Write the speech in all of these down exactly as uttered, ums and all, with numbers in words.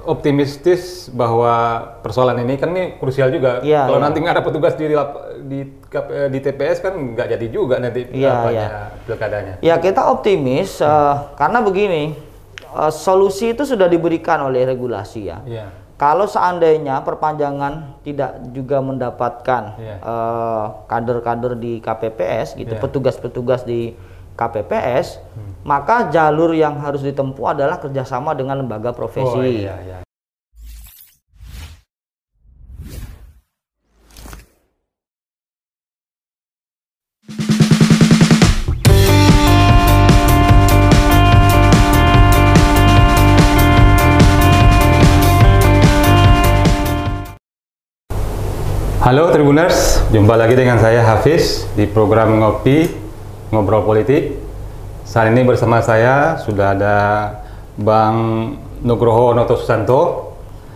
optimistis bahwa persoalan ini kan ini krusial juga. Ya, Kalau ya. nanti nggak ada petugas di di di T P S kan nggak jadi juga nanti ya, apanya, ya. pilkadanya. Ya kita optimis hmm. uh, karena begini, uh, solusi itu sudah diberikan oleh regulasi ya. ya. Kalau seandainya perpanjangan tidak juga mendapatkan ya. uh, kader-kader di K P P S gitu, ya. petugas-petugas di K P P S, hmm. maka jalur yang harus ditempuh adalah kerjasama dengan lembaga profesi. Oh, iya, iya. Halo Tribuners, jumpa lagi dengan saya Hafiz di program Ngopi Ngobrol Politik. Saat ini bersama saya sudah ada Bang Nugroho Noto Susanto,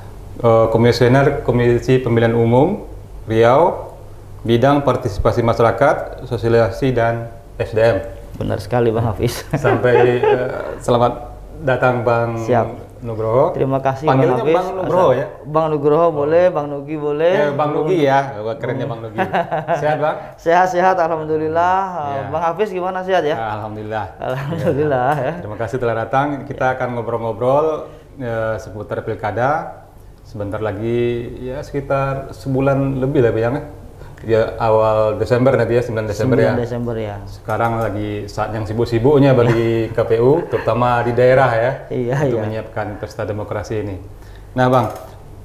Komisioner Komisi Pemilihan Umum Riau, bidang partisipasi masyarakat, sosialisasi dan S D M. Benar sekali Bang Hafiz. Sampai uh, selamat datang Bang Siap. Nugroho. Terima kasih Panggilnya Bang Hafiz. Bang Nugroho ya? Bang Nugroho boleh, Bang Nugi boleh. Eh, Bang Nugi ya, kerennya Bang Nugi. Sehat Bang? Sehat-sehat, Alhamdulillah. Ya. Bang Hafiz gimana, sehat ya? Alhamdulillah. Alhamdulillah ya. Ya. Terima kasih telah datang. Kita akan ngobrol-ngobrol ya, seputar pilkada. Sebentar lagi ya sekitar sebulan lebih lah Bang. Ya awal Desember nanti ya, sembilan Desember ya. sembilan Desember ya. Sekarang lagi saat yang sibuk-sibuknya bagi K P U, terutama di daerah ya, iya, untuk iya. menyiapkan pesta demokrasi ini. Nah Bang,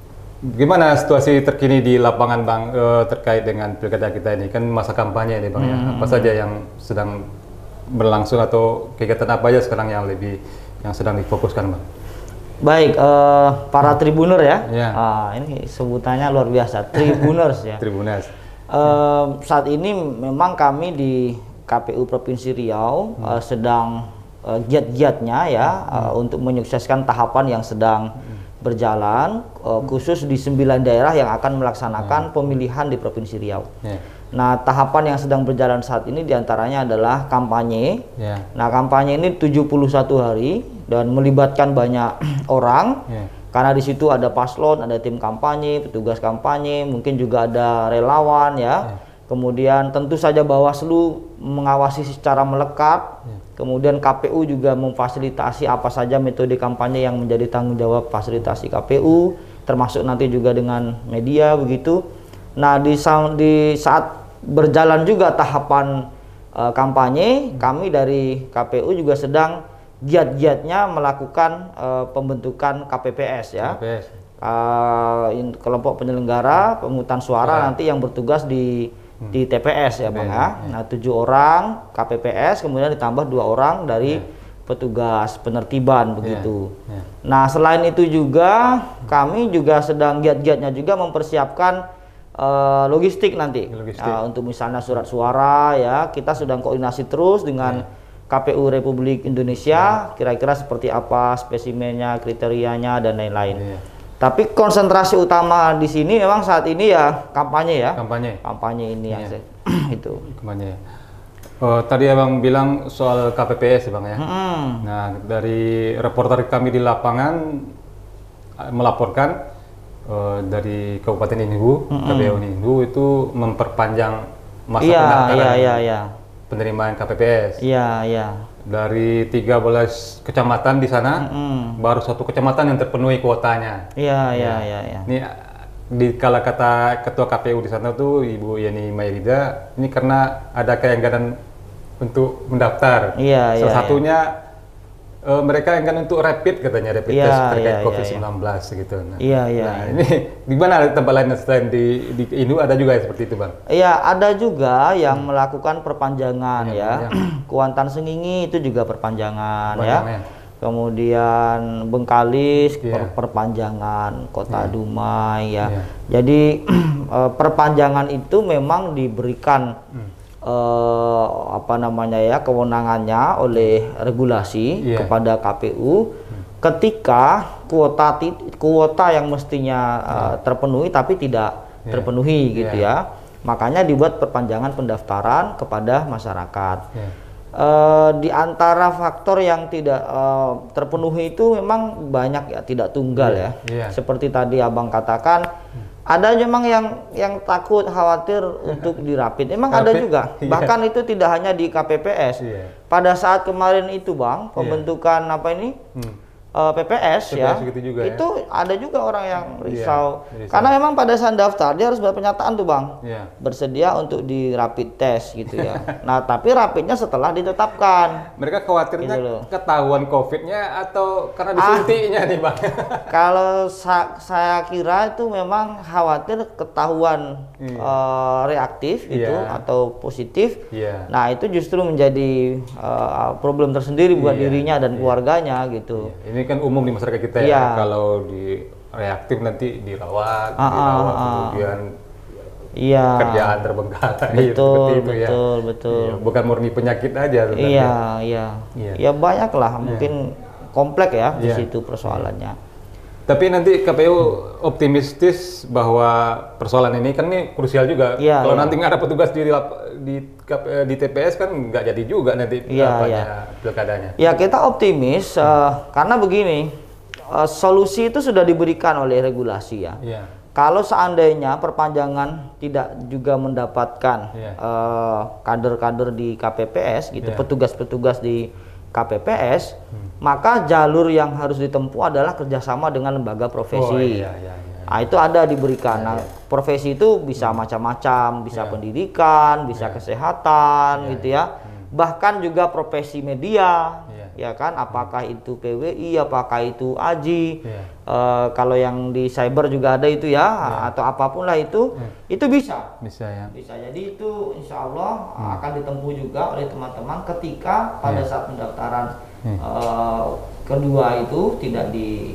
gimana situasi terkini di lapangan Bang eh, terkait dengan pilkada kita ini? Kan masa kampanye ini Bang hmm. ya. Apa saja yang sedang berlangsung atau kegiatan apa aja sekarang yang lebih yang sedang difokuskan Bang? Baik, uh, para Tribuner ya. ya. Uh, ini sebutannya luar biasa, Tribuners ya. Tribuners. Uh, saat ini memang kami di K P U Provinsi Riau hmm. uh, sedang uh, giat-giatnya ya hmm. uh, untuk menyukseskan tahapan yang sedang hmm. berjalan uh, khusus di sembilan daerah yang akan melaksanakan hmm. pemilihan di Provinsi Riau. Yeah. Nah, tahapan yang sedang berjalan saat ini diantaranya adalah kampanye. Yeah. Nah, kampanye ini tujuh puluh satu hari dan melibatkan banyak orang. Yeah. Karena di situ ada paslon, ada tim kampanye, petugas kampanye, mungkin juga ada relawan ya. ya. Kemudian tentu saja Bawaslu mengawasi secara melekat. Ya. Kemudian K P U juga memfasilitasi apa saja metode kampanye yang menjadi tanggung jawab fasilitasi K P U, termasuk nanti juga dengan media begitu. Nah, di, di saat berjalan juga tahapan uh, kampanye, kami dari K P U juga sedang giat-giatnya melakukan uh, pembentukan K P P S ya, K P P S. Uh, in, kelompok penyelenggara pemungutan suara ya. Nanti yang bertugas di hmm. di T P S ya Bang ya. ya. Nah tujuh orang K P P S kemudian ditambah dua orang dari ya. petugas penertiban begitu. Ya. Ya. Nah selain itu juga kami juga sedang giat-giatnya juga mempersiapkan uh, logistik nanti logistik. Uh, untuk misalnya surat suara ya, kita sedang koordinasi terus dengan ya. K P U Republik Indonesia, kira-kira ya. seperti apa spesimennya, kriterianya dan lain-lain. Ya. Tapi konsentrasi utama di sini memang saat ini ya kampanye ya. Kampanye. Kampanye ini ya. yang saya, itu. Kampanye. Oh, tadi Abang bilang soal K P P S ya Bang ya. Hmm. Nah dari reporter kami di lapangan melaporkan uh, dari Kabupaten Indu, hmm. K P U Indu itu memperpanjang masa iya, pendaftaran. Iya, iya, iya. Penerimaan K P P S. Iya, iya. Dari tiga belas kecamatan di sana, mm-hmm. baru satu kecamatan yang terpenuhi kuotanya. Iya, iya, iya. Ya. Ini di kala kata ketua K P U di sana tuh Ibu Yani Mayrida, ini karena ada keengganan untuk mendaftar. Iya, Salah iya, satunya iya. uh, mereka enggan untuk rapid katanya, rapid iya, test terkait iya, COVID sembilan belas iya. gitu. Nah, iya, iya. Nah, iya. ini di mana tempat lain selain di di Indo ada juga seperti itu Bang? Iya, ada juga yang hmm. melakukan perpanjangan ya. ya. Kuantan Sengingi itu juga perpanjangan ya. ya. Kemudian Bengkalis yeah. per perpanjangan, Kota yeah. Dumai ya. Yeah. Jadi perpanjangan itu memang diberikan hmm. eh, apa namanya ya kewenangannya oleh regulasi yeah. kepada K P U hmm. ketika kuota kuota yang mestinya yeah. uh, terpenuhi tapi tidak yeah. terpenuhi gitu yeah. ya. Makanya dibuat perpanjangan pendaftaran kepada masyarakat. Yeah. Uh, di antara faktor yang tidak uh, terpenuhi itu memang banyak ya, tidak tunggal yeah, ya. yeah. Seperti tadi abang katakan, hmm. ada memang yang yang takut khawatir untuk dirapid. Memang ada juga. Yeah. Bahkan itu tidak hanya di K P P S. Yeah. Pada saat kemarin itu bang, pembentukan yeah. apa ini? Hmm. Uh, P P S, P P S ya, gitu juga, itu ya? Ada juga orang yang risau, yeah, risau. Karena memang pada saat daftar dia harus buat pernyataan tuh bang, yeah. bersedia untuk di rapid test gitu ya. Nah tapi rapidnya setelah ditetapkan. Mereka khawatirnya gitu ketahuan COVID-nya atau karena disuntiknya ah, nih bang? Kalau sa saya kira itu memang khawatir ketahuan yeah. uh, reaktif gitu yeah. atau positif. Yeah. Nah itu justru menjadi uh, problem tersendiri buat yeah. dirinya dan yeah. keluarganya gitu. Yeah. Ini kan umum di masyarakat kita ya, ya. Kalau di reaktif nanti dirawat, ah, dirawat ah, kemudian iya. kerjaan terbengkalai betul, seperti itu betul, ya. Betul, betul. Iya, bukan murni penyakit aja sebenarnya. Iya, iya. iya. Ya banyak lah, mungkin ya. kompleks ya di ya. situ persoalannya. Tapi nanti K P U optimistis bahwa persoalan ini kan ini krusial juga. Ya, kalau ya. nanti nggak ada petugas di di di T P S kan nggak jadi juga nanti ya, ya. pilkadanya. Ya kita optimis hmm. uh, karena begini, uh, solusi itu sudah diberikan oleh regulasi ya. ya. Kalau seandainya perpanjangan tidak juga mendapatkan ya. uh, kader-kader di K P P S gitu, petugas-petugas ya. di K P P S, hmm. maka jalur yang harus ditempuh adalah kerjasama dengan lembaga profesi. Oh, iya, iya, iya. Nah itu ada diberikan. Nah, profesi itu bisa macam-macam, bisa yeah. pendidikan, bisa yeah. kesehatan, yeah. gitu ya. Hmm. Bahkan juga profesi media, yeah. ya kan? Apakah hmm. itu P W I, apakah itu A J I, yeah. uh, kalau yang di cyber juga ada itu ya, yeah. atau apapun lah itu, hmm. itu bisa. Bisa ya. Bisa. Jadi itu Insya Allah hmm. akan ditempuh juga oleh teman-teman ketika pada yeah. saat pendaftaran hmm. uh, kedua itu tidak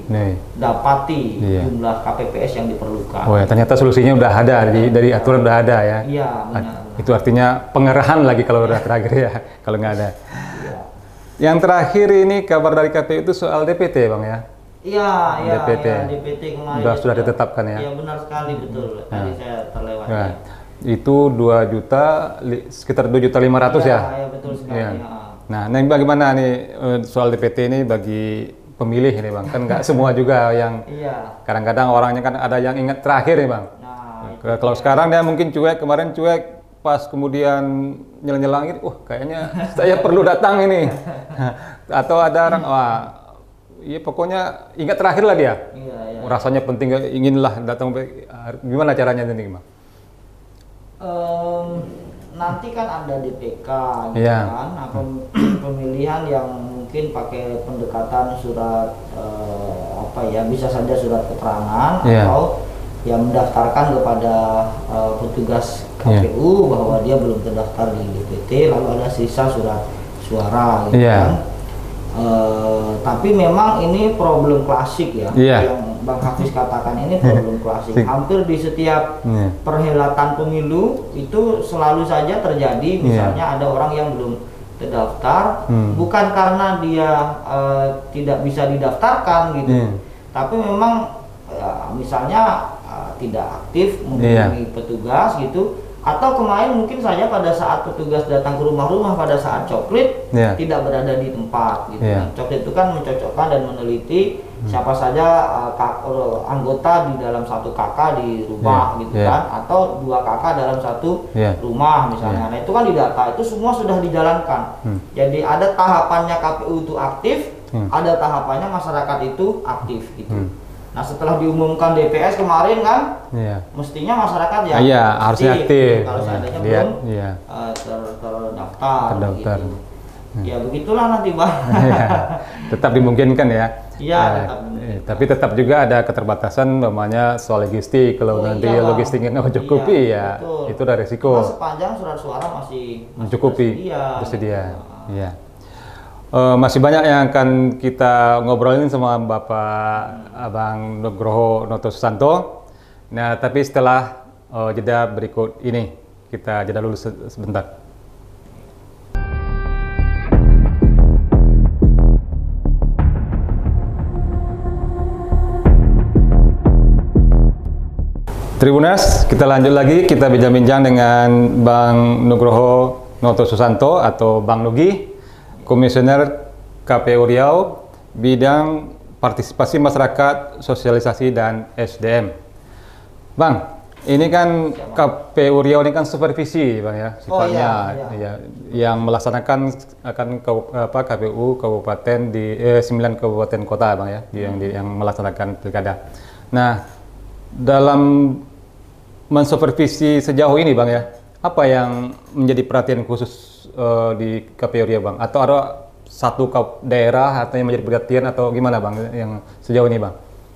didapati iya. jumlah K P P S yang diperlukan. Oh ya, ternyata solusinya udah ada di, dari aturan udah ada ya. Iya, benar. Itu artinya pengerahan lagi kalau udah terakhir ya, kalau nggak ada. Iya. Yang terakhir ini kabar dari K P U itu soal D P T bang ya? Iya, iya. D P T. Ya, D P T kemarin sudah sudah ditetapkan ya? Iya benar sekali betul. Tadi nah. saya terlewat. Nah, itu dua juta sekitar dua juta lima ratus ya? Iya, betul sekali. Ya. Ya. Nah, nah bagaimana nih soal D P T ini bagi pemilih ini bang? Kan nggak semua juga yang kadang-kadang iya. orangnya kan ada yang ingat terakhir nih bang. Nah, kalau ya. sekarang dia mungkin cuek, kemarin cuek, pas kemudian nyel-nyelangin, wah kayaknya saya perlu datang ini. Atau ada orang, wah iya pokoknya ingat terakhir lah dia. Iya, iya. Rasanya penting, inginlah datang. Gimana caranya ini bang? Um, nanti kan ada D P K gitu yeah. kan, nah, pemilihan yang mungkin pakai pendekatan surat uh, apa ya, bisa saja surat keterangan yeah. atau yang mendaftarkan kepada uh, petugas K P U yeah. bahwa dia belum terdaftar di D P T, lalu ada sisa surat suara gitu yeah. kan. Uh, tapi memang ini problem klasik ya, yeah. yang Bang Hafiz katakan ini problem klasik. Hampir di setiap yeah. perhelatan pemilu itu selalu saja terjadi, misalnya yeah. ada orang yang belum terdaftar, hmm. bukan karena dia uh, tidak bisa didaftarkan gitu, yeah. tapi memang uh, misalnya uh, tidak aktif menghubungi yeah. petugas gitu. Atau kemarin mungkin saja pada saat petugas datang ke rumah-rumah pada saat coklit yeah. tidak berada di tempat gitu yeah. kan. Coklit itu kan mencocokkan dan meneliti hmm. siapa saja uh, kak, uh, anggota di dalam satu kakak di rumah yeah. gitu yeah. kan, atau dua kakak dalam satu yeah. rumah misalnya. Yeah. Nah itu kan didata, itu semua sudah dijalankan. Hmm. Jadi ada tahapannya K P U itu aktif, hmm. ada tahapannya masyarakat itu aktif gitu. Hmm. Nah setelah diumumkan D P S kemarin kan, yeah. mestinya masyarakat ya yeah, harusnya aktif. Kalau seandainya yeah. belum yeah. uh, ter terdaftar, terdaftar. Gitu. Hmm. Ya begitulah nanti bang. yeah. Tetap dimungkinkan ya. Iya. Uh, tetap eh, tapi tetap juga ada keterbatasan, namanya soal logistik. Kalau oh, nanti iya, logistiknya nggak mencukupi iya, ya, betul. Itu ada risiko. Karena sepanjang surat suara masih mencukupi, tersedia. Iya. Uh, masih banyak yang akan kita ngobrolin sama Bapak Abang Nugroho Noto Susanto. Nah, tapi setelah uh, jeda berikut ini, kita jeda dulu se sebentar. Tribunas, kita lanjut lagi, kita bincang-bincang dengan Bang Nugroho Noto Susanto atau Bang Nugi, Komisioner K P U Riau, bidang partisipasi masyarakat, sosialisasi dan S D M. Bang, ini kan K P U Riau ini kan supervisi, Bang ya, sifatnya, oh, iya, iya. Ya, yang melaksanakan akan ke, apa, K P U kabupaten di eh, sembilan kabupaten kota, Bang ya, yang di, yang melaksanakan pilkada. Nah, dalam mensupervisi sejauh ini, Bang ya, apa yang menjadi perhatian khusus uh, di K P U Riau, Bang? Atau ada satu daerah atau yang menjadi perhatian atau gimana, Bang, yang sejauh ini, Bang?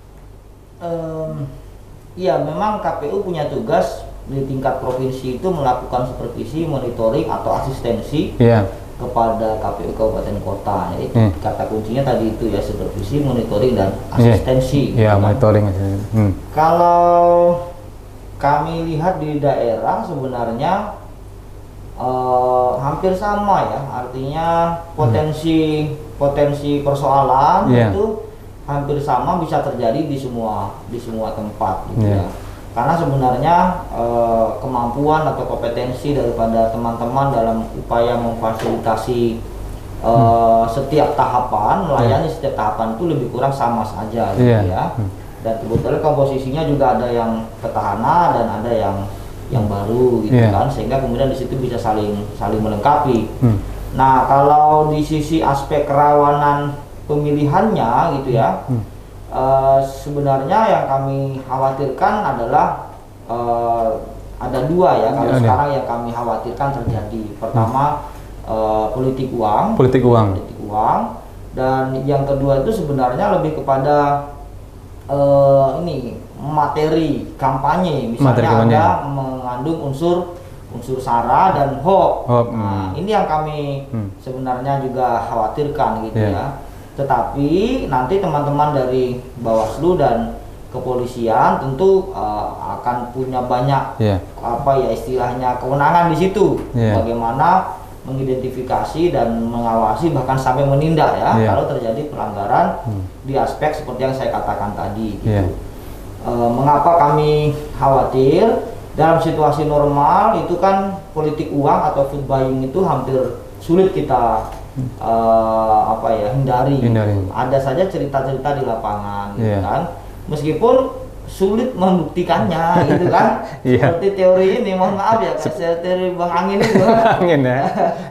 Um, Iya, memang K P U punya tugas di tingkat provinsi itu melakukan supervisi, monitoring atau asistensi yeah. kepada K P U kabupaten kota. Jadi yeah. kata kuncinya tadi itu ya, supervisi, monitoring dan asistensi. Iya, yeah. yeah, gitu monitoring. Hmm. Kalau kami lihat di daerah sebenarnya uh, hampir sama ya, artinya potensi hmm. potensi persoalan yeah. itu hampir sama, bisa terjadi di semua di semua tempat gitu yeah. ya. Karena sebenarnya e, kemampuan atau kompetensi daripada teman-teman dalam upaya memfasilitasi e, hmm. setiap tahapan, melayani yeah. setiap tahapan itu lebih kurang sama saja gitu yeah. ya. Hmm. Dan kebetulan komposisinya juga ada yang petahana dan ada yang yang baru gitu yeah. kan, sehingga kemudian di situ bisa saling saling melengkapi. Hmm. Nah, kalau di sisi aspek kerawanan pemilihannya gitu ya, hmm. uh, sebenarnya yang kami khawatirkan adalah uh, ada dua ya kalau ya, sekarang ya. yang kami khawatirkan terjadi. Pertama hmm. uh, politik uang, politik uang, politik uang, dan yang kedua itu sebenarnya lebih kepada uh, ini materi kampanye, misalnya materi kampanye. ada mengandung unsur unsur sara dan hoax. Oh, nah, hmm. ini yang kami hmm. sebenarnya juga khawatirkan gitu yeah. ya. Tetapi nanti teman-teman dari Bawaslu dan kepolisian tentu uh, akan punya banyak yeah. apa ya istilahnya kewenangan di situ, yeah. bagaimana mengidentifikasi dan mengawasi bahkan sampai menindak ya yeah. kalau terjadi pelanggaran hmm. di aspek seperti yang saya katakan tadi. Gitu. Yeah. Uh, mengapa kami khawatir? Dalam situasi normal itu kan politik uang atau food buying itu hampir sulit kita Uh, apa ya hindari. hindari. Ada saja cerita-cerita di lapangan, gitu yeah. kan. Meskipun sulit membuktikannya, gitu kan. yeah. Seperti teori ini, mohon maaf ya, kayak teori Bang Angin itu. Angin ya.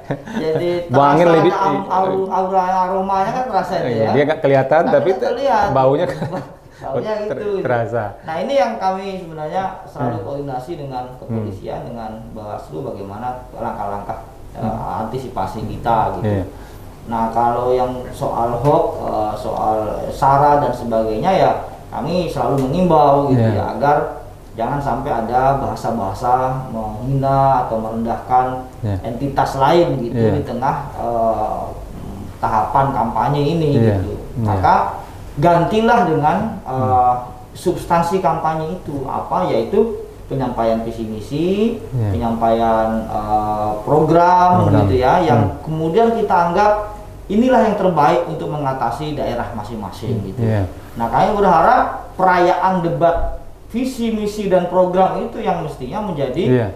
Jadi Bang Angin lebih aura aromanya kan terasa itu ya. Dia nggak kelihatan, nah, tapi terlihat. Baunya baunya gitu. Terasa. Nah ini yang kami sebenarnya selalu koordinasi dengan kepolisian, hmm. dengan Bawaslu, bagaimana langkah-langkah Uh, antisipasi kita gitu. Yeah. Nah kalau yang soal hoax, uh, soal sara dan sebagainya ya kami selalu mengimbau gitu yeah. ya agar jangan sampai ada bahasa-bahasa menghina atau merendahkan yeah. entitas lain gitu yeah. di tengah uh, tahapan kampanye ini yeah. gitu. Yeah. Maka gantilah dengan uh, substansi kampanye itu apa, yaitu penyampaian visi misi, yeah. penyampaian uh, program, program gitu ya, yang hmm. kemudian kita anggap inilah yang terbaik untuk mengatasi daerah masing-masing gitu. Yeah. Nah, kami berharap perayaan debat visi misi dan program itu yang mestinya menjadi yeah.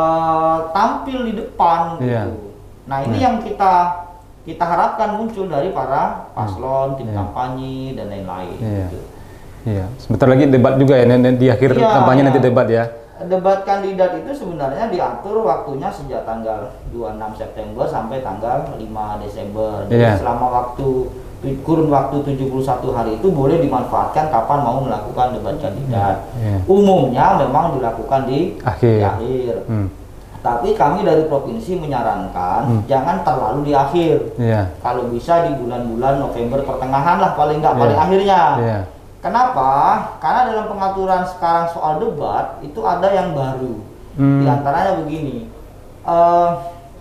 uh, tampil di depan gitu. Yeah. Nah, ini yeah. yang kita kita harapkan muncul dari para paslon, tim yeah. kampanye dan lain-lain. Yeah. Gitu. Iya, sebentar lagi debat juga ya, di akhir yeah, kampanye yeah. nanti debat ya. Debat kandidat itu sebenarnya diatur waktunya sejak tanggal dua puluh enam September sampai tanggal lima Desember. Jadi yeah. selama waktu kurun waktu tujuh puluh satu hari itu boleh dimanfaatkan kapan mau melakukan debat kandidat. Yeah. Yeah. Umumnya memang dilakukan di akhir. Di akhir. Hmm. Tapi kami dari provinsi menyarankan hmm. jangan terlalu di akhir. Yeah. Kalau bisa di bulan-bulan November pertengahan lah paling nggak yeah. paling akhirnya. Yeah. Kenapa? Karena dalam pengaturan sekarang soal debat itu ada yang baru. Hmm. Di antaranya begini, uh,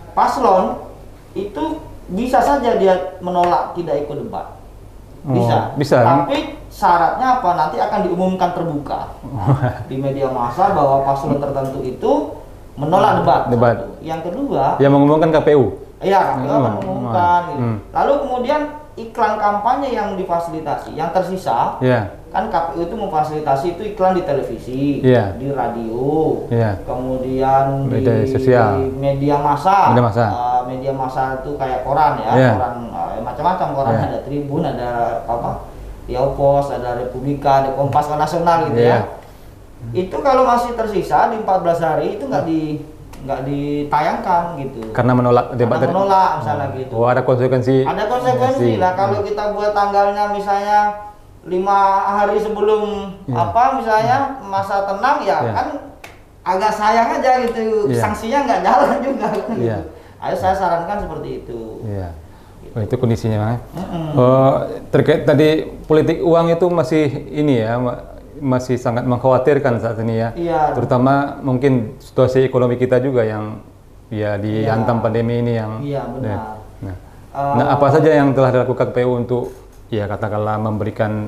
paslon itu bisa saja dia menolak tidak ikut debat, bisa. Oh, bisa. Tapi syaratnya apa? Nanti akan diumumkan terbuka di media massa bahwa paslon tertentu itu menolak debat. Debat. Satu. Yang kedua, yang mengumumkan K P U. Iya, K P U akan mengumumkan. Gitu. Hmm. Lalu kemudian iklan kampanye yang difasilitasi, yang tersisa. Yeah. Kan K P U itu memfasilitasi itu iklan di televisi, yeah. di radio, yeah. kemudian media di, sosial, di media massa. Media massa. Uh, media massa itu kayak koran ya, yeah. koran uh, macam-macam koran, yeah. ada Tribun, ada apa, Riau Pos, ada Republika, ada Kompas Nasional gitu yeah. ya. Itu kalau masih tersisa di empat belas hari itu nggak di nggak ditayangkan gitu. Karena menolak debat. Karena menolak misalnya gitu. Oh, ada konsekuensi. Ada konsekuensi lah kalau kita buat tanggalnya misalnya lima hari sebelum yeah. apa misalnya masa tenang ya yeah. kan agak sayang aja gitu. Yeah. Sanksinya nggak jalan juga kan gitu. Yeah. Ayo saya sarankan seperti itu. Iya. Yeah. Oh, itu kondisinya, Bang. Mm-hmm. Oh, terkait tadi politik uang itu masih ini ya, masih sangat mengkhawatirkan saat ini ya. Iya. Terutama mungkin situasi ekonomi kita juga yang ya dihantam iya. pandemi ini yang. Iya benar. Nah, uh, nah, apa saja yang telah dilakukan K P U untuk ya katakanlah memberikan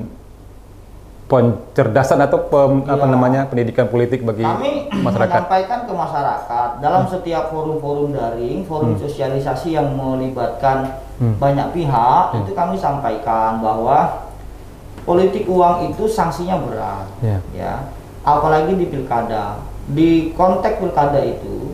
pencerdasan atau pem, iya. apa namanya pendidikan politik bagi Kami masyarakat. Kami menyampaikan ke masyarakat dalam hmm. setiap forum-forum daring, forum hmm. sosialisasi yang melibatkan hmm. banyak pihak, hmm. itu kami sampaikan bahwa politik uang itu sanksinya berat, yeah. ya, apalagi di pilkada. Di konteks pilkada itu,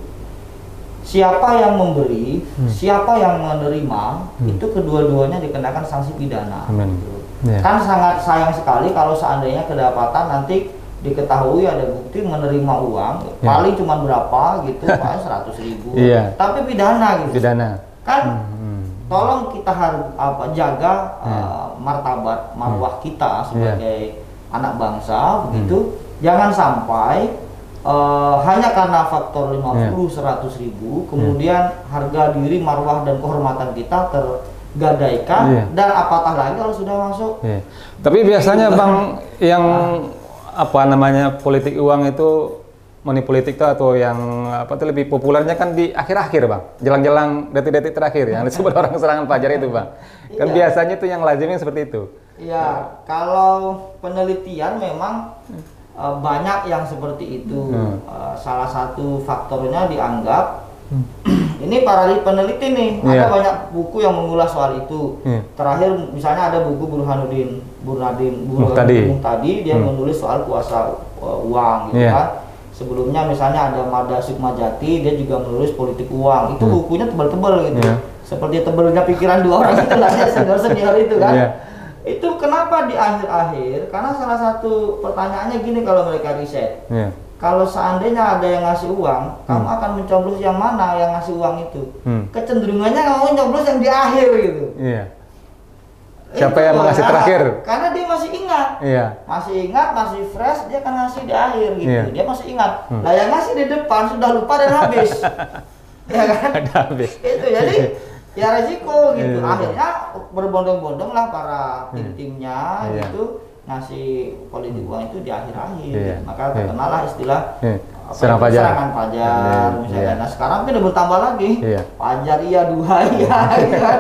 siapa yang memberi, hmm. siapa yang menerima, hmm. itu kedua-duanya dikenakan sanksi pidana. Gitu. Yeah. Kan sangat sayang sekali kalau seandainya kedapatan nanti diketahui ada bukti menerima uang, yeah. paling cuma berapa gitu, paling seratus ribu, yeah. tapi pidana gitu. Pidana. Kan. Hmm. Tolong kita harus apa jaga hmm. uh, martabat marwah hmm. kita sebagai yeah. anak bangsa begitu. Hmm. Jangan sampai uh, hanya karena faktor lima puluh yeah. seratus ribu kemudian yeah. harga diri, marwah dan kehormatan kita tergadaikan yeah. dan apatah lagi kalau sudah masuk. Yeah. Tapi biasanya itu, Bang yang nah. apa namanya politik uang itu money politik itu atau yang apa tuh lebih populernya kan di akhir-akhir, Bang, jelang-jelang detik-detik terakhir yang disebut orang serangan fajar itu, Bang. Kan iya. biasanya itu yang lazimnya seperti itu. Iya, kalau penelitian memang uh, banyak yang seperti itu. Hmm. Uh, salah satu faktornya dianggap hmm. ini para peneliti nih, yeah. ada banyak buku yang mengulas soal itu. Yeah. Terakhir misalnya ada buku Burhanuddin Burhanuddin Burhanuddin tadi dia hmm. menulis soal kuasa uh, uang gitu yeah. kan. Sebelumnya misalnya ada Mada Sukmajati, dia juga menulis politik uang. Itu hmm. bukunya tebal-tebal gitu. Yeah. Seperti tebalnya pikiran dua orang itu lah ya, senior-senior itu kan. Yeah. Itu kenapa di akhir-akhir? Karena salah satu pertanyaannya gini kalau mereka riset. Yeah. Kalau seandainya ada yang ngasih uang, hmm. kamu akan mencoblos yang mana yang ngasih uang itu? Hmm. Kecenderungannya kamu mencoblos yang di akhir gitu. Yeah. Siapa itu yang mengasih terakhir? Karena dia masih ingat, iya. masih ingat, masih fresh, dia akan ngasih di akhir gitu. Iya. Dia masih ingat. Hmm. Lah yang ngasih di depan sudah lupa dan habis, ya kan? Ada habis. Itu jadi ya resiko gitu. Iya. Akhirnya berbondong-bondong lah para tim-timnya iya. gitu ngasih politik uang itu di akhir-akhir. Iya. Maka terkenalah istilah iya. apa serangan itu, fajar. Serangan fajar iya. misalnya. Iya. Nah sekarang kan udah bertambah lagi. Iya. Fajar iya, duha iya. gitu kan.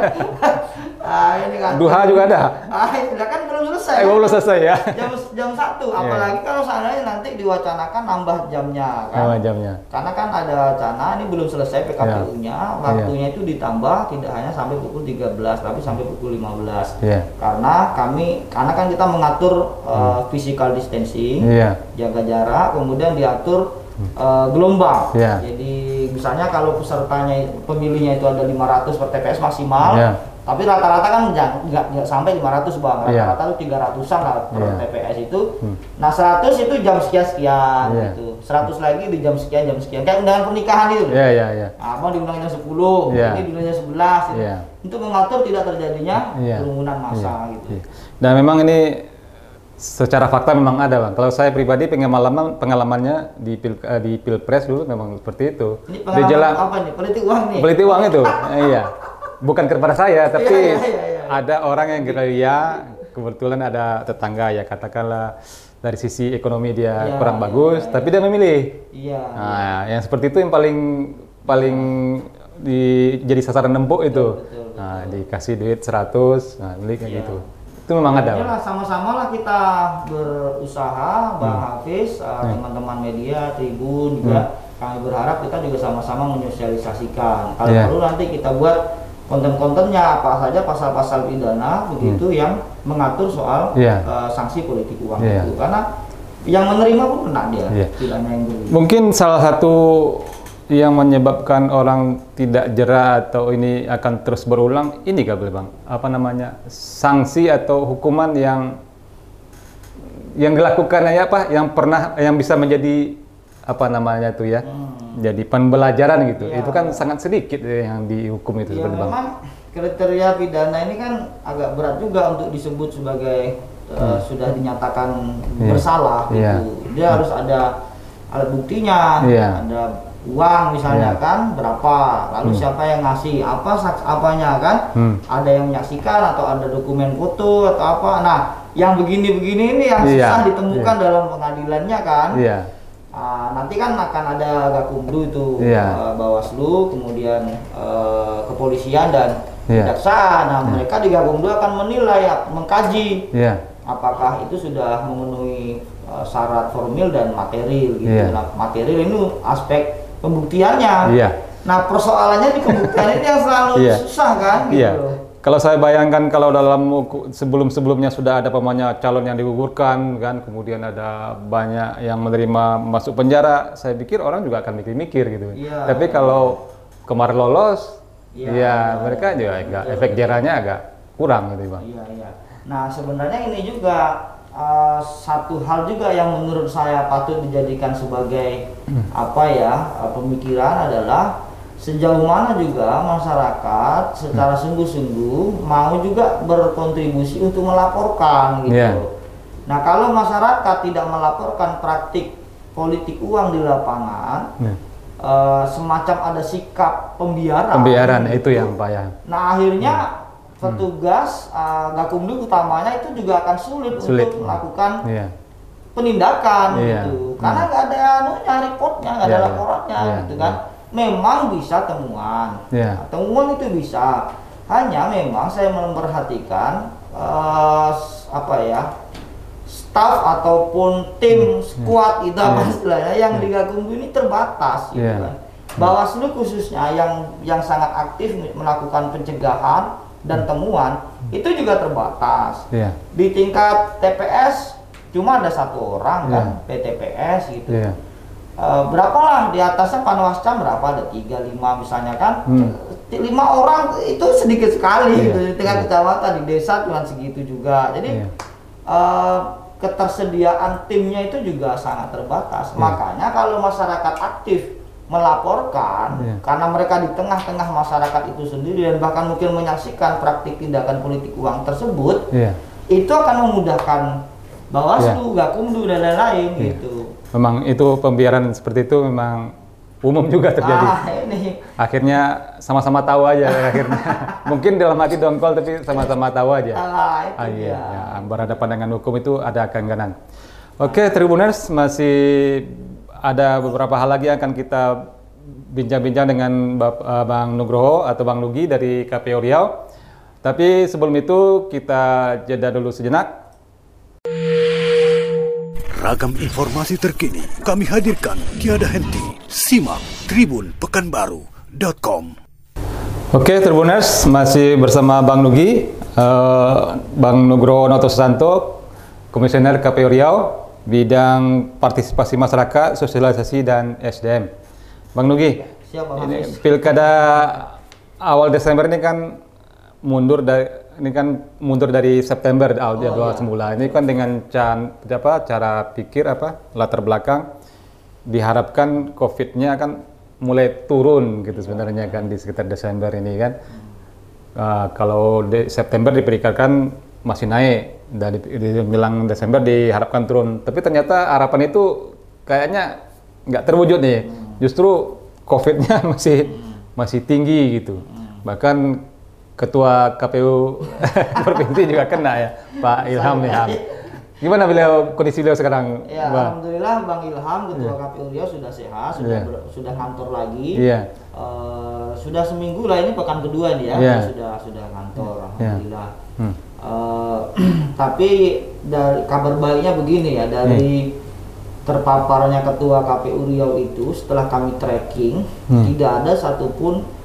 Ah, ini kan. Duha juga ada. Ah, itu kan belum selesai. Eh, belum selesai ya. Jam jam satu, apalagi yeah. kalau seandainya nanti diwacanakan nambah jamnya kan. Nambah jamnya. Karena kan ada wacana ini belum selesai P K P U-nya, yeah. waktunya yeah. itu ditambah tidak hanya sampai pukul tiga belas tapi sampai pukul lima belas. Yeah. Karena kami karena kan kita mengatur uh, physical distancing, yeah. jaga jarak, kemudian diatur uh, gelombang. Yeah. Jadi misalnya kalau pesertanya pemilihnya itu ada lima ratus per T P S maksimal. Yeah. Tapi rata-rata kan nggak sampai lima ratus Bang, rata-rata itu tiga ratusan lah per yeah. T P S itu. Hmm. Nah seratus itu jam sekian-sekian yeah. gitu, seratus lagi di jam sekian jam sekian, kayak undangan pernikahan itu. Iya iya iya. Abang diundang jam sepuluh, yeah. ini diundang jam sebelas gitu. Yeah. Untuk mengatur tidak terjadinya yeah. kerumunan massa yeah. gitu. Yeah. Dan memang ini secara fakta memang ada, Bang. Kalau saya pribadi pengalaman pengalamannya di pil, di Pilpres dulu memang seperti itu. Ini pengalaman di jalan, apa nih? Politik uang nih. Politik uang itu. Iya. Bukan kepada saya, tapi iya, iya, iya, iya. ada orang yang gerilya, kebetulan ada tetangga ya katakanlah dari sisi ekonomi dia iya, kurang iya, bagus, iya, tapi dia memilih. Iya. Nah, yang seperti itu yang paling paling di, jadi sasaran empuk itu. Betul, betul, nah, betul. Dikasih duit seratus, nah milik kayak iya. gitu. Itu memang ada. Ya sama-sama lah kita berusaha, Bang hmm. Hafiz, uh, hmm. teman-teman media, Tribun juga. Hmm. Kami berharap kita juga sama-sama menyosialisasikan. Kalau yeah. perlu nanti kita buat konten-kontennya apa saja pasal-pasal pidana begitu hmm. yang mengatur soal yeah. uh, sanksi politik uang yeah. itu, karena yang menerima pun kena dia, yeah. tidak hanya yang beri. Mungkin salah satu yang menyebabkan orang tidak jera atau ini akan terus berulang ini kah Bang? Apa namanya, sanksi atau hukuman yang yang dilakukan ya apa yang pernah yang bisa menjadi apa namanya itu ya, hmm. jadi pembelajaran gitu. Ya, itu kan ya. sangat sedikit yang dihukum itu. Ya, memang kriteria pidana ini kan agak berat juga untuk disebut sebagai hmm. uh, sudah dinyatakan ya. bersalah gitu. Ya. Dia hmm. harus ada alat buktinya, ya. ada uang misalnya ya. kan berapa, lalu hmm. siapa yang ngasih, apa saks apanya kan, hmm. ada yang menyaksikan atau ada dokumen foto atau apa. Nah, yang begini-begini ini yang ya. susah ditemukan ya. dalam pengadilannya kan. Ya. Uh, nanti kan akan ada Gakumdu itu, yeah. uh, Bawaslu, kemudian uh, kepolisian dan yeah. kejaksaan. Nah, yeah. mereka di Gakumdu akan menilai, mengkaji yeah. apakah itu sudah memenuhi uh, syarat formil dan material gitu. Yeah. Nah, material ini aspek pembuktiannya. Yeah. Nah, persoalannya di pembuktian ini yang selalu yeah. susah kan gitu. Yeah. Kalau saya bayangkan kalau dalam sebelum-sebelumnya sudah ada pemanya calon yang digugurkan kan, kemudian ada banyak yang menerima masuk penjara, saya pikir orang juga akan mikir-mikir gitu. Ya, Tapi kalau kemarin lolos, ya, ya, ya mereka juga agak efek jerahnya agak kurang gitu Bang. Iya, iya. Nah sebenarnya ini juga uh, satu hal juga yang menurut saya patut dijadikan sebagai hmm. apa ya pemikiran adalah sejauh mana juga masyarakat secara sungguh-sungguh mau juga berkontribusi untuk melaporkan gitu. Yeah. Nah kalau masyarakat tidak melaporkan praktik politik uang di lapangan, yeah. uh, semacam ada sikap pembiaran. Pembiaran gitu. Itu yang payah. Nah akhirnya yeah. petugas uh, Gakumdu utamanya itu juga akan sulit, sulit. untuk melakukan yeah. penindakan yeah. gitu, karena nggak ada anunya, reportnya, nggak ada yeah. laporannya yeah. gitu kan. Yeah. Memang bisa temuan, yeah. nah, temuan itu bisa. Hanya memang saya memperhatikan uh, apa ya, staff ataupun tim squad itu apa istilahnya yang yeah. di Gakumdu ini terbatas, gitu yeah. kan. Bawaslu khususnya yang yang sangat aktif melakukan pencegahan dan temuan itu juga terbatas. Yeah. Di tingkat T P S cuma ada satu orang kan, yeah. P T P S gitu. Yeah. Uh, berapalah di atasnya Panwascam berapa, ada tiga lima misalnya kan, hmm. lima orang itu sedikit sekali yeah. gitu. Di tingkat yeah. kecamatan, di desa cuma segitu juga. Jadi yeah. uh, ketersediaan timnya itu juga sangat terbatas. Yeah. Makanya kalau masyarakat aktif melaporkan, yeah. karena mereka di tengah-tengah masyarakat itu sendiri dan bahkan mungkin menyaksikan praktik tindakan politik uang tersebut, yeah. itu akan memudahkan Bawaslu, yeah. Gakumdu dan lain-lain yeah. gitu. Memang itu pembiaran seperti itu memang umum juga terjadi. Ah, ini. Akhirnya sama-sama tahu aja akhirnya. Mungkin dalam hati dongkol tapi sama-sama tahu aja. Ah, itu ah, iya, ya. Berhadapan dengan hukum itu ada keengganan. Oke, Tribuners, masih ada beberapa hal lagi yang akan kita bincang-bincang dengan Bapak, Bang Nugroho atau Bang Nugi dari K P U Riau. Tapi sebelum itu kita jeda dulu sejenak. Ragam informasi terkini kami hadirkan tiada henti. Simak tribun pekanbaru dot com. Oke, Tribuners, masih bersama Bang Nugi, uh, Bang Nugroho Noto Susanto, Komisioner K P U Riau, bidang partisipasi masyarakat, sosialisasi dan S D M. Bang Nugi, siap, Bang ini pilkada awal Desember ini kan mundur dari ini kan mundur dari September awal oh, iya. semula. Ini kan dengan can, apa, cara pikir apa latar belakang diharapkan COVID-nya akan mulai turun gitu sebenarnya kan di sekitar Desember ini kan. Hmm. Uh, kalau de, September diperkirakan masih naik dan dibilang Desember diharapkan turun. Tapi ternyata harapan itu kayaknya nggak terwujud nih. Hmm. Justru COVID-nya masih hmm. masih tinggi gitu. Hmm. Bahkan Ketua K P U Provinsi juga kena ya, Pak Ilham nih. Gimana beliau, kondisi beliau sekarang? Ya, Bang? Alhamdulillah Bang Ilham, Ketua yeah. K P U Riau sudah sehat, sudah yeah. ber, sudah kantor lagi. Yeah. Uh, sudah seminggu lah, ini pekan kedua nih ya, yeah. sudah sudah kantor, alhamdulillah. Yeah. Hmm. Uh, tapi dari kabar baiknya begini ya, dari yeah. terpaparnya Ketua K P U Riau itu setelah kami tracking, hmm. tidak ada satupun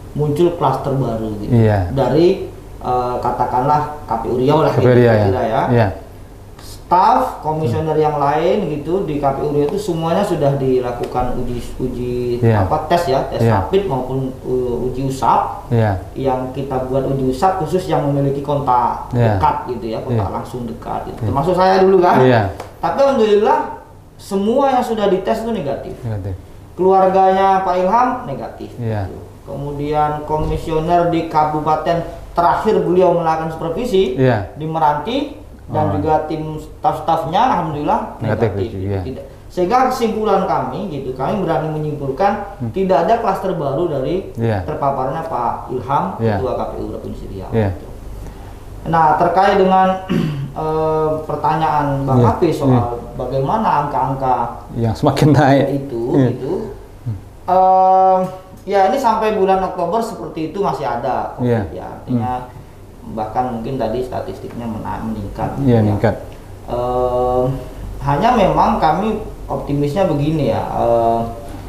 muncul klaster baru gitu. Iya. Dari uh, katakanlah K P U Riau lah K P U gitu, Riau, kira ya. Iya. Staf, komisioner hmm. yang lain gitu di K P U Riau itu semuanya sudah dilakukan uji uji yeah. apa tes ya, tes yeah. rapid maupun uh, uji usap. Yeah. Yang kita buat uji usap khusus yang memiliki kontak yeah. dekat gitu ya, kontak yeah. langsung dekat gitu. Yeah. Termasuk saya dulu kan. Yeah. Tapi alhamdulillah semua yang sudah dites itu negatif. Negatif. Keluarganya Pak Ilham negatif. Yeah. Gitu. Kemudian komisioner di kabupaten terakhir beliau melakukan supervisi yeah. di Meranti. Dan oh. juga tim staf-stafnya alhamdulillah negatif, negatif gitu. Ya. Tidak. Sehingga kesimpulan kami gitu, kami berani menyimpulkan hmm. tidak ada klaster baru dari yeah. terpaparnya Pak Ilham yeah. Ketua K P U Provinsi Riau. Yeah. Gitu. Nah, terkait dengan uh, pertanyaan Bang yeah. Hafiz soal yeah. bagaimana angka-angka yang semakin naik itu yeah. gitu. Hmm. Uh, ya ini sampai bulan Oktober seperti itu masih ada COVID yeah. ya. Artinya hmm. bahkan mungkin tadi statistiknya meningkat. Iya, ya. meningkat. Uh, hanya memang kami optimisnya begini ya. Uh,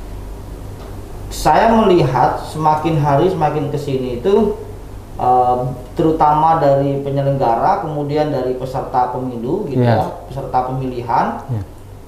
saya melihat semakin hari semakin kesini itu, uh, terutama dari penyelenggara, kemudian dari peserta pemilu, gitu yeah. ya, peserta pemilihan, yeah.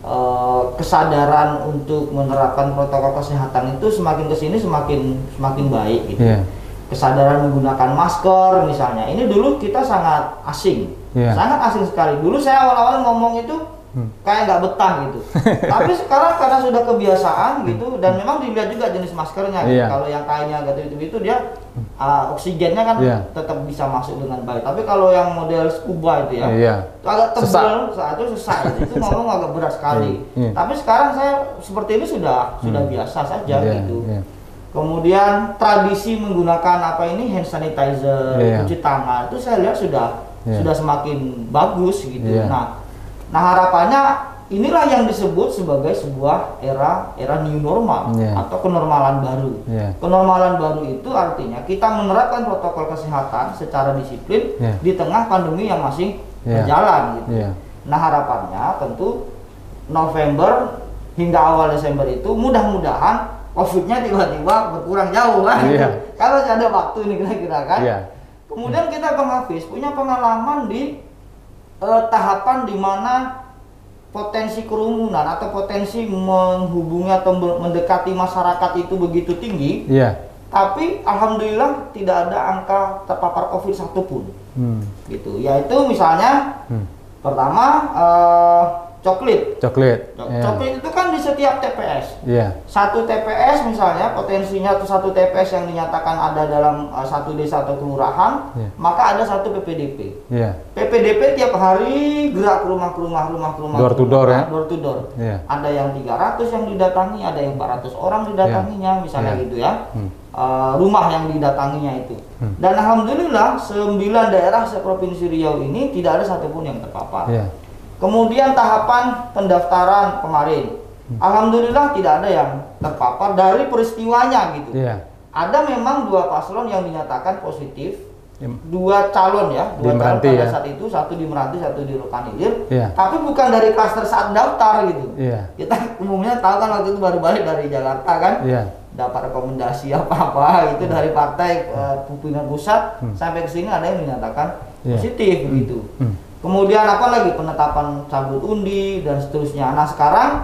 uh, kesadaran untuk menerapkan protokol kesehatan itu semakin kesini semakin semakin baik, gitu. Yeah. Kesadaran menggunakan masker misalnya, ini dulu kita sangat asing, yeah. sangat asing sekali. Dulu saya awal-awal ngomong itu hmm. kayak nggak betah gitu, tapi sekarang karena sudah kebiasaan gitu, dan memang dilihat juga jenis maskernya. Gitu. Yeah. Kalau yang kainnya gitu itu dia uh, oksigennya kan yeah. tetap bisa masuk dengan baik. Tapi kalau yang model scuba itu ya, yeah. itu agak tebal, saat itu sesak, gitu. Itu ngomong agak berat sekali. Yeah. Tapi sekarang saya seperti ini sudah hmm. sudah biasa saja yeah. gitu. Yeah. Kemudian tradisi menggunakan apa ini hand sanitizer, yeah. cuci tangan itu saya lihat sudah yeah. sudah semakin bagus gitu. Yeah. Nah, nah harapannya inilah yang disebut sebagai sebuah era era new normal yeah. atau kenormalan baru. Yeah. Kenormalan baru itu artinya kita menerapkan protokol kesehatan secara disiplin yeah. di tengah pandemi yang masih yeah. berjalan gitu. Yeah. Nah harapannya tentu November hingga awal Desember itu mudah-mudahan COVID-nya tiba-tiba berkurang jauh kan, yeah. kalau ada waktu ini kira-kira kan. Yeah. Kemudian kita Bang Hafiz punya pengalaman di uh, tahapan di mana potensi kerumunan atau potensi menghubungi atau mendekati masyarakat itu begitu tinggi, yeah. tapi alhamdulillah tidak ada angka terpapar COVID satupun, hmm. gitu. Yaitu misalnya hmm. pertama. Uh, Coklit. Coklit. Yeah. Coklit itu kan di setiap T P S. Yeah. Satu T P S misalnya potensinya tuh satu T P S yang dinyatakan ada dalam uh, satu desa atau kelurahan, yeah. maka ada satu P P D P. Yeah. P P D P tiap hari gerak ke rumah ke rumah rumah ke rumah. Door to door ya. Door to door. Yeah. Ada yang tiga ratus yang didatangi, ada yang empat ratus orang didatanginya, yeah. misalnya yeah. gitu ya. Hmm. Uh, rumah yang didatanginya itu. Hmm. Dan alhamdulillah sembilan daerah seprovinsi Riau ini tidak ada satupun yang terpapar. Yeah. Kemudian tahapan pendaftaran kemarin, hmm. alhamdulillah tidak ada yang terpapar dari peristiwanya gitu. Yeah. Ada memang dua paslon yang dinyatakan positif, yeah. dua calon ya, dua calon pada ya. saat itu, satu di Meranti, satu di Rokan Hilir, yeah. tapi bukan dari klaster saat daftar gitu. Yeah. Kita umumnya tahu kan waktu itu baru balik dari Jakarta kan, yeah. dapat rekomendasi apa-apa itu hmm. dari partai uh, pimpinan pusat hmm. sampai ke sini ada yang dinyatakan yeah. positif hmm. gitu. Hmm. Kemudian apa lagi penetapan cabut undi dan seterusnya. Nah sekarang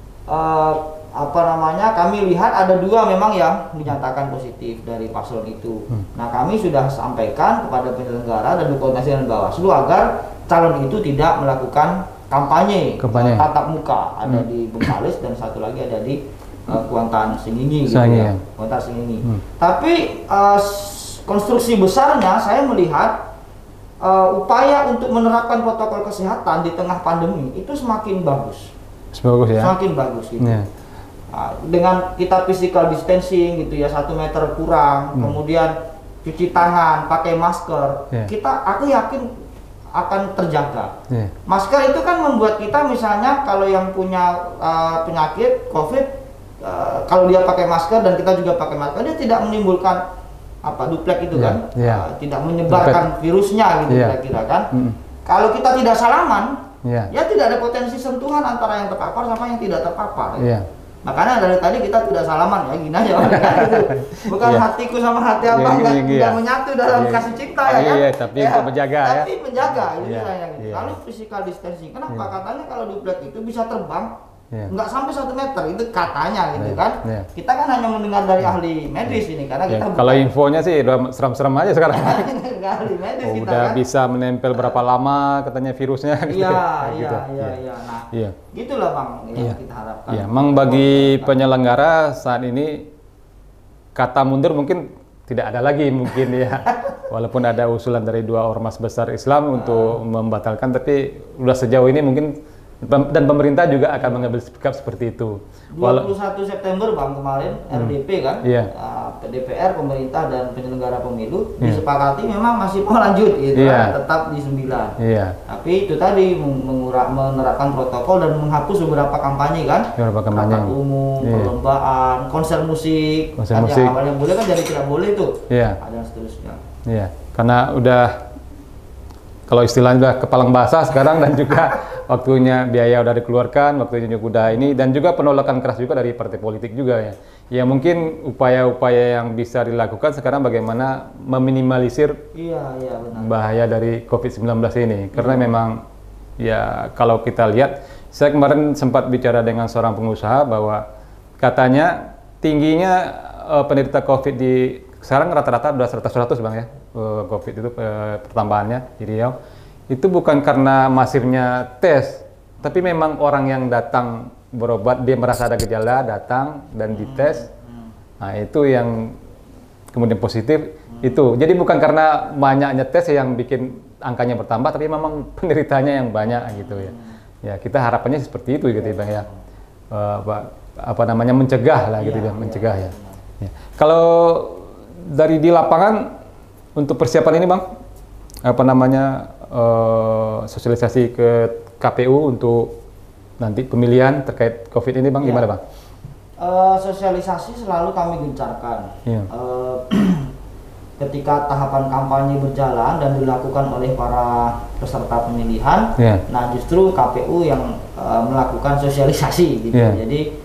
eh, apa namanya kami lihat ada dua memang yang dinyatakan positif dari paslon itu. Hmm. Nah kami sudah sampaikan kepada penyelenggara dan berkoordinasi dengan Bawaslu agar calon itu tidak melakukan kampanye, kampanye. tatap muka. Ada hmm. di Bengkalis dan satu lagi ada di uh, Kuantan Singingi. Gitu ya. Kuantan Singingi. Hmm. Tapi uh, konstruksi besarnya saya melihat Uh, upaya untuk menerapkan protokol kesehatan di tengah pandemi itu semakin bagus, bagus ya? semakin bagus gitu. Yeah. Uh, dengan kita physical distancing gitu ya, satu meter kurang, hmm. kemudian cuci tangan, pakai masker, yeah. kita aku yakin akan terjaga. Yeah. Masker itu kan membuat kita misalnya kalau yang punya uh, penyakit COVID, uh, kalau dia pakai masker dan kita juga pakai masker, dia tidak menimbulkan apa duplek itu yeah, kan yeah. Uh, tidak menyebarkan Duplet. virusnya gitu yeah. kira-kira kan. Mm. Kalau kita tidak salaman, yeah. ya tidak ada potensi sentuhan antara yang terpapar sama yang tidak terpapar. Yeah. Makanya dari tadi kita tidak salaman ya, gini aja kan gitu. Bukan Iya. hatiku sama hati abang Iya, nggak iya, iya. nggak menyatu dalam Iya. kasih cinta ya Iya, kan. iya, tapi untuk menjaga ya. Tapi menjaga ini Iya, saya gitu. iya. Lalu physical distancing. Kenapa? Iya. Katanya kalau duplet itu bisa terbang Iya. nggak sampai satu meter, itu katanya gitu Iya, kan. iya. Kita kan hanya mendengar dari ahli medis ini karena Ya, kita kalau infonya sih udah serem-serem aja sekarang. nggak ahli medis Oh, kita udah kan. bisa menempel berapa lama katanya virusnya. gitu. Iya, Kayak iya, gitu. iya, iya. Nah, Iya. gitulah Bang yang Iya. kita harapkan. Ya, memang bagi penyelenggara saat ini kata mundur mungkin tidak ada lagi mungkin ya. Walaupun ada usulan dari dua ormas besar Islam untuk membatalkan, tapi udah sejauh ini mungkin pem- dan pemerintah juga akan mengambil sikap seperti itu. dua Wala- puluh satu September Bang kemarin R D P kan, Iya. uh, D P R, pemerintah dan penyelenggara pemilu Iya. disepakati memang masih mau lanjut gitu Iya. kan, tetap di sembilan. Iya. Tapi itu tadi meng- mengura- menerapkan protokol dan menghapus beberapa kampanye kan, Beberapa kampanye. rapat umum, Iya. perlombaan, konser musik, Konser kan musik. yang awalnya boleh kan jadi tidak boleh tuh, Iya. ada dan seterusnya. Iya, karena udah kalau istilahnya udah kepalang basah sekarang dan juga waktunya biaya udah dikeluarkan, waktunya juga udah ini dan juga penolakan keras juga dari partai politik juga ya. Ya mungkin upaya-upaya yang bisa dilakukan sekarang bagaimana meminimalisir Iya, iya benar. bahaya dari covid sembilan belas ini. Karena memang ya kalau kita lihat, saya kemarin sempat bicara dengan seorang pengusaha bahwa katanya tingginya eh, penderita COVID di sekarang rata-rata udah seratus-seratus Bang ya, eh, COVID itu eh, pertambahannya di Riau. Itu bukan karena masifnya tes, tapi memang orang yang datang berobat, dia merasa ada gejala, datang dan dites. Nah itu yang kemudian positif itu. Jadi bukan karena banyaknya tes yang bikin angkanya bertambah, tapi memang penderitanya yang banyak gitu ya. Ya kita harapannya seperti itu gitu ya Bang ya. Eh, apa, apa namanya mencegah lah gitu Iya, ya, iya, mencegah ya. Ya. Kalau dari di lapangan untuk persiapan ini Bang, apa namanya eh, sosialisasi ke K P U untuk nanti pemilihan terkait COVID ini Bang, Iya. gimana Bang? Eh, sosialisasi selalu kami gencarkan. Iya. Eh, ketika tahapan kampanye berjalan dan dilakukan oleh para peserta pemilihan, Iya. nah justru K P U yang eh, melakukan sosialisasi gitu. Iya. Jadi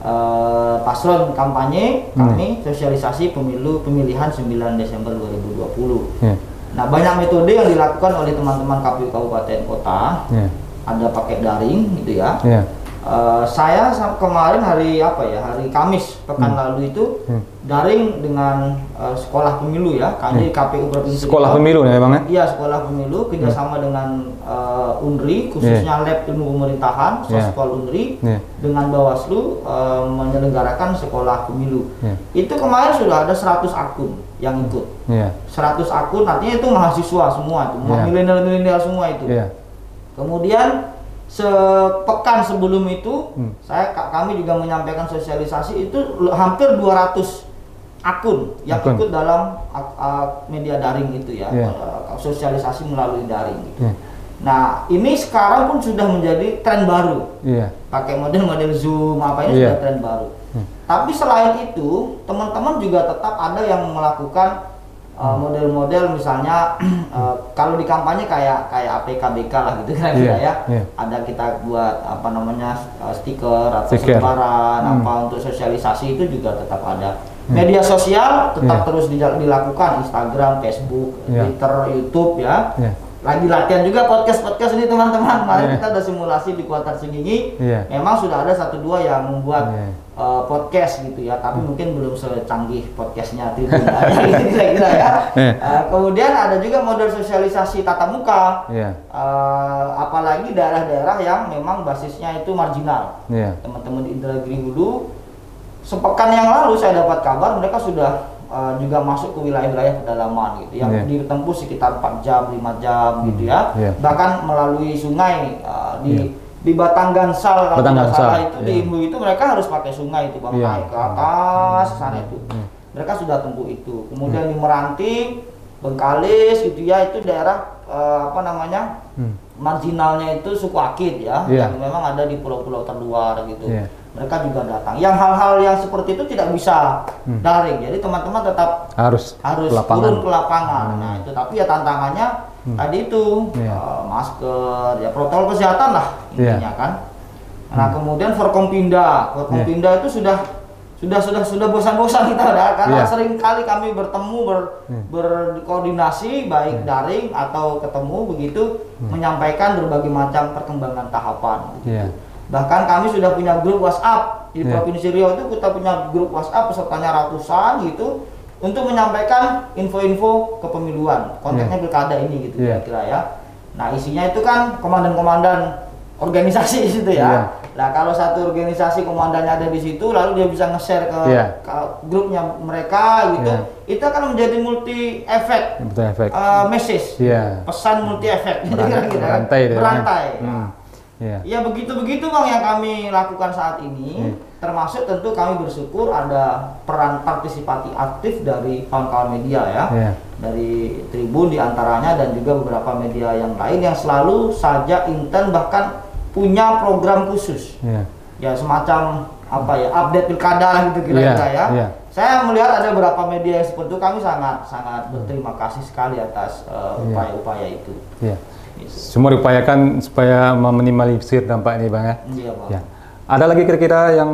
eh, paslon kampanye kami sosialisasi pemilu pemilihan sembilan Desember dua ribu dua puluh. Iya. Nah, banyak metode yang dilakukan oleh teman-teman K P U kabupaten kota. Iya. Ada pakai daring gitu ya. Iya. Eh, saya sa- kemarin hari apa ya hari Kamis pekan lalu itu Hmm. daring dengan eh, sekolah pemilu ya kami K P U provinsi Sekolah Riau. pemilu ya Bang ya? Iya sekolah pemilu kerjasama dengan eh, Unri khususnya Lab Ilmu Pemerintahan Soskol Unri Iya. dengan Bawaslu eh, menyelenggarakan sekolah pemilu. Iya. Itu kemarin sudah ada seratus akun yang ikut. Iya. seratus akun artinya itu mahasiswa semua itu, Iya. milenial-milenial semua itu. Iya. Kemudian sepekan sebelum itu Hmm. saya ka- kami juga menyampaikan sosialisasi itu l- hampir dua ratus akun yang Akun. ikut dalam ak- ak- media daring itu ya, Iya. eh, sosialisasi melalui daring gitu. Iya. Nah, ini sekarang pun sudah menjadi tren baru. Iya. Pakai model-model Zoom apa ini Iya. sudah tren baru. Hmm. Tapi selain itu, teman-teman juga tetap ada yang melakukan uh, model-model misalnya uh, kalau di kampanye kayak kayak A P K B K lah gitu kira-kira Iya, ya. iya. Ada kita buat apa namanya uh, stiker atau Stiker. selebaran Hmm. apa untuk sosialisasi itu juga tetap ada. Media sosial tetap Iya. terus dija- dilakukan, Instagram, Facebook, Iya. Twitter, YouTube ya. Iya. Lagi latihan juga podcast-podcast ini teman-teman. Kemarin Iya. kita ada simulasi di Kuartal Singgingi. Iya. Memang sudah ada satu dua yang membuat Iya. uh, podcast gitu ya, tapi mungkin belum secanggih podcastnya Tribun ya, gitu kira-kira ya. Iya. Uh, kemudian ada juga model sosialisasi tatap muka. Iya. Uh, apalagi daerah-daerah yang memang basisnya itu marginal. Iya. Teman-teman di Indragiri Hulu, sepekan yang lalu saya dapat kabar mereka sudah uh, juga masuk ke wilayah-wilayah pedalaman gitu, yang Iya. ditempuh sekitar empat jam, lima jam gitu ya. Iya. Bahkan melalui sungai uh, di Iya. di Batang Gansal kalau Batang tidak salah Gansal, itu iya. di Imbu itu mereka harus pakai sungai itu Bang, Iya. naik ke atas ke sana itu. Iya. Mereka sudah tempuh itu. Kemudian di Meranti, Bengkalis gitu ya, itu daerah uh, apa namanya? Hmm. marginalnya itu suku Akit ya, Iya. yang memang ada di pulau-pulau terluar gitu. Iya. Mereka juga datang. Yang hal-hal yang seperti itu tidak bisa Hmm. daring. Jadi teman-teman tetap Harus harus ke lapangan. turun ke lapangan. Hmm. Nah, itu tapi ya tantangannya tadi itu Iya. eh, masker, ya protokol kesehatan lah intinya kan. Nah, hmm. kemudian Forkompinda, Forkompinda yeah. itu sudah sudah sudah sudah bosan-bosan kita udah karena yeah. sering kali kami bertemu ber, hmm. berkoordinasi baik hmm. daring atau ketemu begitu hmm. menyampaikan berbagai macam perkembangan tahapan. Begitu. Yeah. Bahkan kami sudah punya grup WhatsApp di yeah. Provinsi Riau itu kita punya grup WhatsApp pesertanya ratusan gitu untuk menyampaikan info-info kepemiluan konteksnya yeah. pilkada ini gitu yeah. kira-kira ya. Nah isinya itu kan komandan-komandan organisasi itu ya. Yeah. Nah kalau satu organisasi komandannya ada di situ, lalu dia bisa nge-share ke, yeah. ke grupnya mereka gitu, yeah. itu akan menjadi multi efek, uh, message, yeah. pesan multi efek, Beran kira-kira berantai, berantai. Hmm. Nah, yeah. ya begitu-begitu bang yang kami lakukan saat ini, yeah. termasuk tentu kami bersyukur ada peran partisipasi aktif dari kawan-kawan media ya, yeah. dari Tribun diantaranya dan juga beberapa media yang lain yang selalu saja intens bahkan punya program khusus, yeah. ya semacam apa ya update pilkada lah gitu kira-kira yeah. ya. Yeah. Saya melihat ada beberapa media yang seperti itu, kami sangat sangat berterima kasih sekali atas upaya-upaya uh, yeah. itu. Yeah. Gitu. Semua diupayakan supaya meminimalisir dampak ini bang ya. Yeah, bang. Ya. Ada lagi kira-kira yang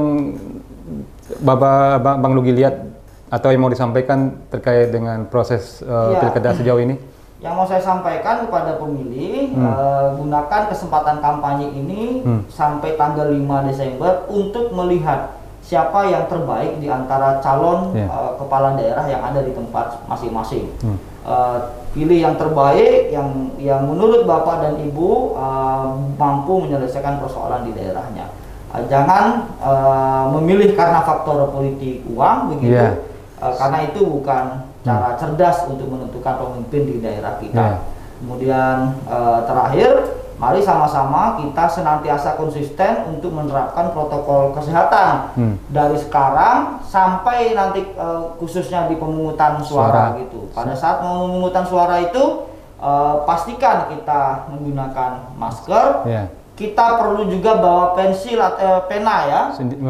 Bapak Bang Nugi lihat atau yang mau disampaikan terkait dengan proses uh, yeah. pilkada sejauh ini? Yang mau saya sampaikan kepada pemilih, hmm. uh, gunakan kesempatan kampanye ini hmm. sampai tanggal lima Desember untuk melihat siapa yang terbaik di antara calon yeah. uh, kepala daerah yang ada di tempat masing-masing. Hmm. Uh, pilih yang terbaik, yang yang menurut Bapak dan Ibu uh, mampu menyelesaikan persoalan di daerahnya. Uh, jangan uh, memilih karena faktor politik uang begitu, yeah. uh, karena itu bukan cara cerdas untuk menentukan pemimpin di daerah kita. Yeah. Kemudian uh, terakhir, mari sama-sama kita senantiasa konsisten untuk menerapkan protokol kesehatan hmm. dari sekarang sampai nanti uh, khususnya di pemungutan suara, suara gitu. Pada saat pemungutan suara itu uh, pastikan kita menggunakan masker. Yeah. Kita perlu juga bawa pensil atau pena ya,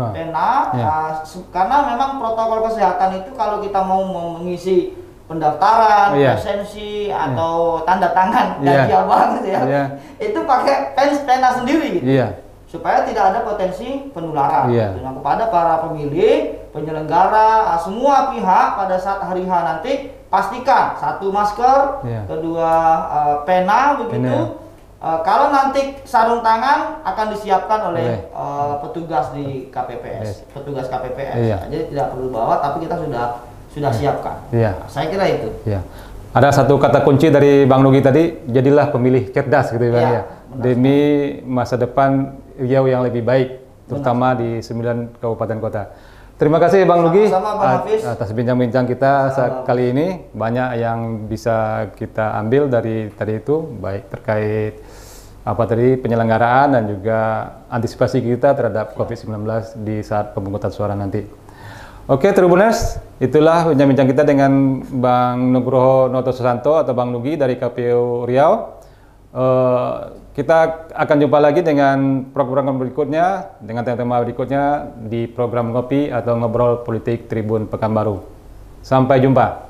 pena, yeah. uh, karena memang protokol kesehatan itu kalau kita mau mengisi pendaftaran, yeah. presensi yeah. atau tanda tangan yeah. dari abang gitu ya, yeah. itu pakai pens pena sendiri gitu, yeah. supaya tidak ada potensi penularan. Yeah. Gitu. Nah, kepada para pemilih, penyelenggara, semua pihak pada saat hari H nanti pastikan satu masker, yeah. kedua uh, pena begitu. Pena. Uh, kalau nanti sarung tangan akan disiapkan oleh uh, petugas di K P P S, yes. petugas K P P S. Iya. Jadi tidak perlu bawa, tapi kita sudah sudah siapkan. Iya. Nah, saya kira itu. Iya. Ada satu kata kunci dari Bang Nugi tadi, jadilah pemilih cerdas gitu ya, ya. Demi masa depan Riau yang lebih baik, terutama benar. Di sembilan kabupaten kota. Terima kasih Bang Nugi atas bincang-bincang kita sama. Kali ini. Banyak yang bisa kita ambil dari tadi itu, baik terkait apa tadi penyelenggaraan dan juga antisipasi kita terhadap COVID sembilan belas di saat pemungutan suara nanti. Oke Tribuners, itulah bincang-bincang kita dengan Bang Nugroho Noto Susanto atau Bang Nugi dari K P U Riau. Uh, kita akan jumpa lagi dengan program berikutnya, dengan tema-tema berikutnya di program Ngopi atau Ngobrol Politik Tribun Pekanbaru. Sampai jumpa.